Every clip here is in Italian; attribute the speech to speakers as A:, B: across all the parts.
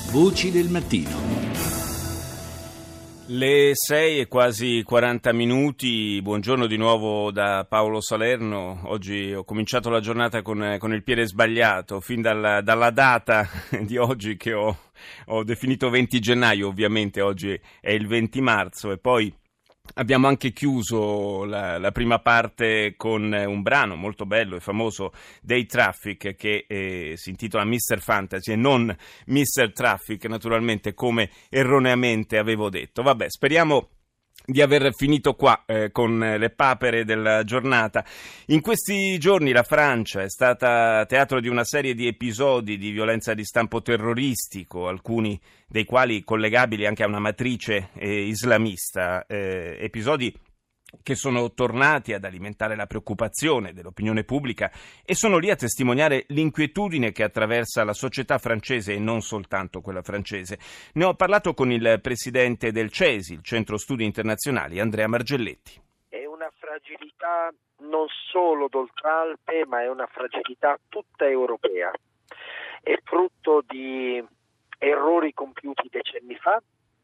A: Voci del mattino.
B: Le 6 e quasi 40 minuti, buongiorno di nuovo da Paolo Salerno. Oggi ho cominciato la giornata con il piede sbagliato, fin dalla data di oggi che ho definito 20 gennaio, ovviamente oggi è il 20 marzo e poi abbiamo anche chiuso la prima parte con un brano molto bello e famoso dei Traffic che si intitola Mr. Fantasy e non Mr. Traffic, naturalmente, come erroneamente avevo detto. Vabbè, speriamo di aver finito qua con le papere della giornata. In questi giorni la Francia è stata teatro di una serie di episodi di violenza di stampo terroristico, alcuni dei quali collegabili anche a una matrice islamista, episodi che sono tornati ad alimentare la preoccupazione dell'opinione pubblica e sono lì a testimoniare l'inquietudine che attraversa la società francese e non soltanto quella francese. Ne ho parlato con il presidente del CESI, il Centro Studi Internazionali, Andrea Margelletti.
C: È una fragilità non solo d'Oltralpe, ma è una fragilità tutta europea. È frutto di errori compiuti decenni fa,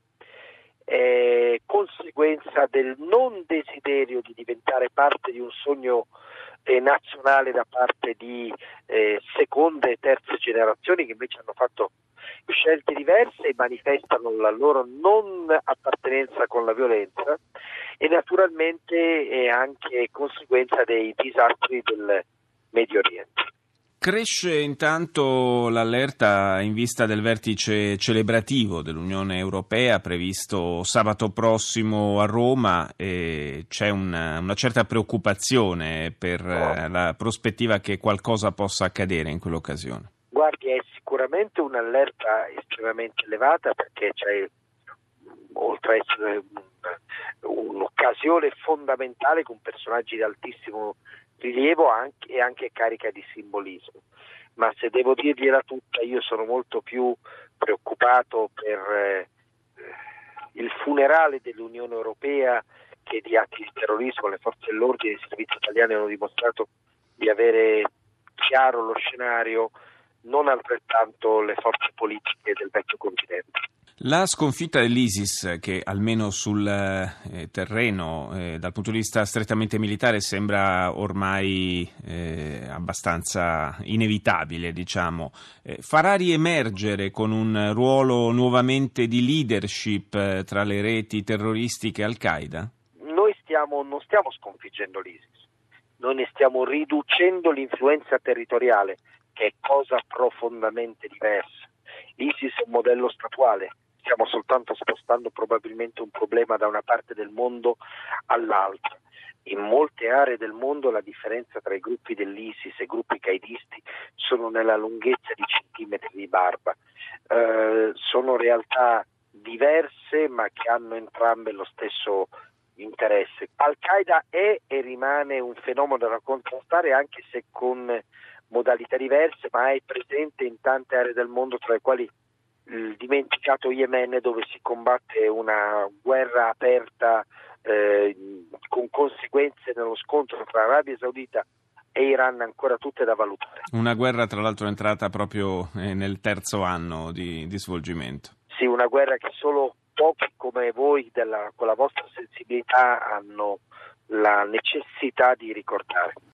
C: conseguenza del non desiderio di diventare parte di un sogno nazionale da parte di seconde e terze generazioni che invece hanno fatto scelte diverse e manifestano la loro non appartenenza con la violenza, e naturalmente è anche conseguenza dei disastri del Medio Oriente.
B: Cresce intanto l'allerta in vista del vertice celebrativo dell'Unione Europea previsto sabato prossimo a Roma e c'è una certa preoccupazione per la prospettiva che qualcosa possa accadere in quell'occasione.
C: Guardi, è sicuramente un'allerta estremamente elevata perché c'è, oltre a essere un'occasione fondamentale con personaggi di altissimo rilievo e anche carica di simbolismo, ma se devo dirgliela tutta, io sono molto più preoccupato per il funerale dell'Unione Europea che di atti di terrorismo. Le forze dell'ordine e i servizi italiani hanno dimostrato di avere chiaro lo scenario, non altrettanto le forze politiche del vecchio continente.
B: La sconfitta dell'ISIS, che almeno sul terreno, dal punto di vista strettamente militare, sembra ormai abbastanza inevitabile, diciamo, farà riemergere con un ruolo nuovamente di leadership tra le reti terroristiche Al-Qaeda?
C: Noi non stiamo sconfiggendo l'ISIS, noi ne stiamo riducendo l'influenza territoriale, che è cosa profondamente diversa. L'ISIS è un modello statuale. Stiamo soltanto spostando probabilmente un problema da una parte del mondo all'altra. In molte aree del mondo la differenza tra i gruppi dell'ISIS e i gruppi qaedisti sono nella lunghezza di centimetri di barba. Sono realtà diverse ma che hanno entrambe lo stesso interesse. Al-Qaeda è e rimane un fenomeno da contrastare, anche se con modalità diverse, ma è presente in tante aree del mondo, tra le quali il dimenticato Yemen, dove si combatte una guerra aperta con conseguenze nello scontro tra Arabia Saudita e Iran ancora tutte da valutare.
B: Una guerra tra l'altro entrata proprio nel terzo anno di svolgimento.
C: Sì, una guerra che solo pochi come voi con la vostra sensibilità hanno la necessità di ricordare.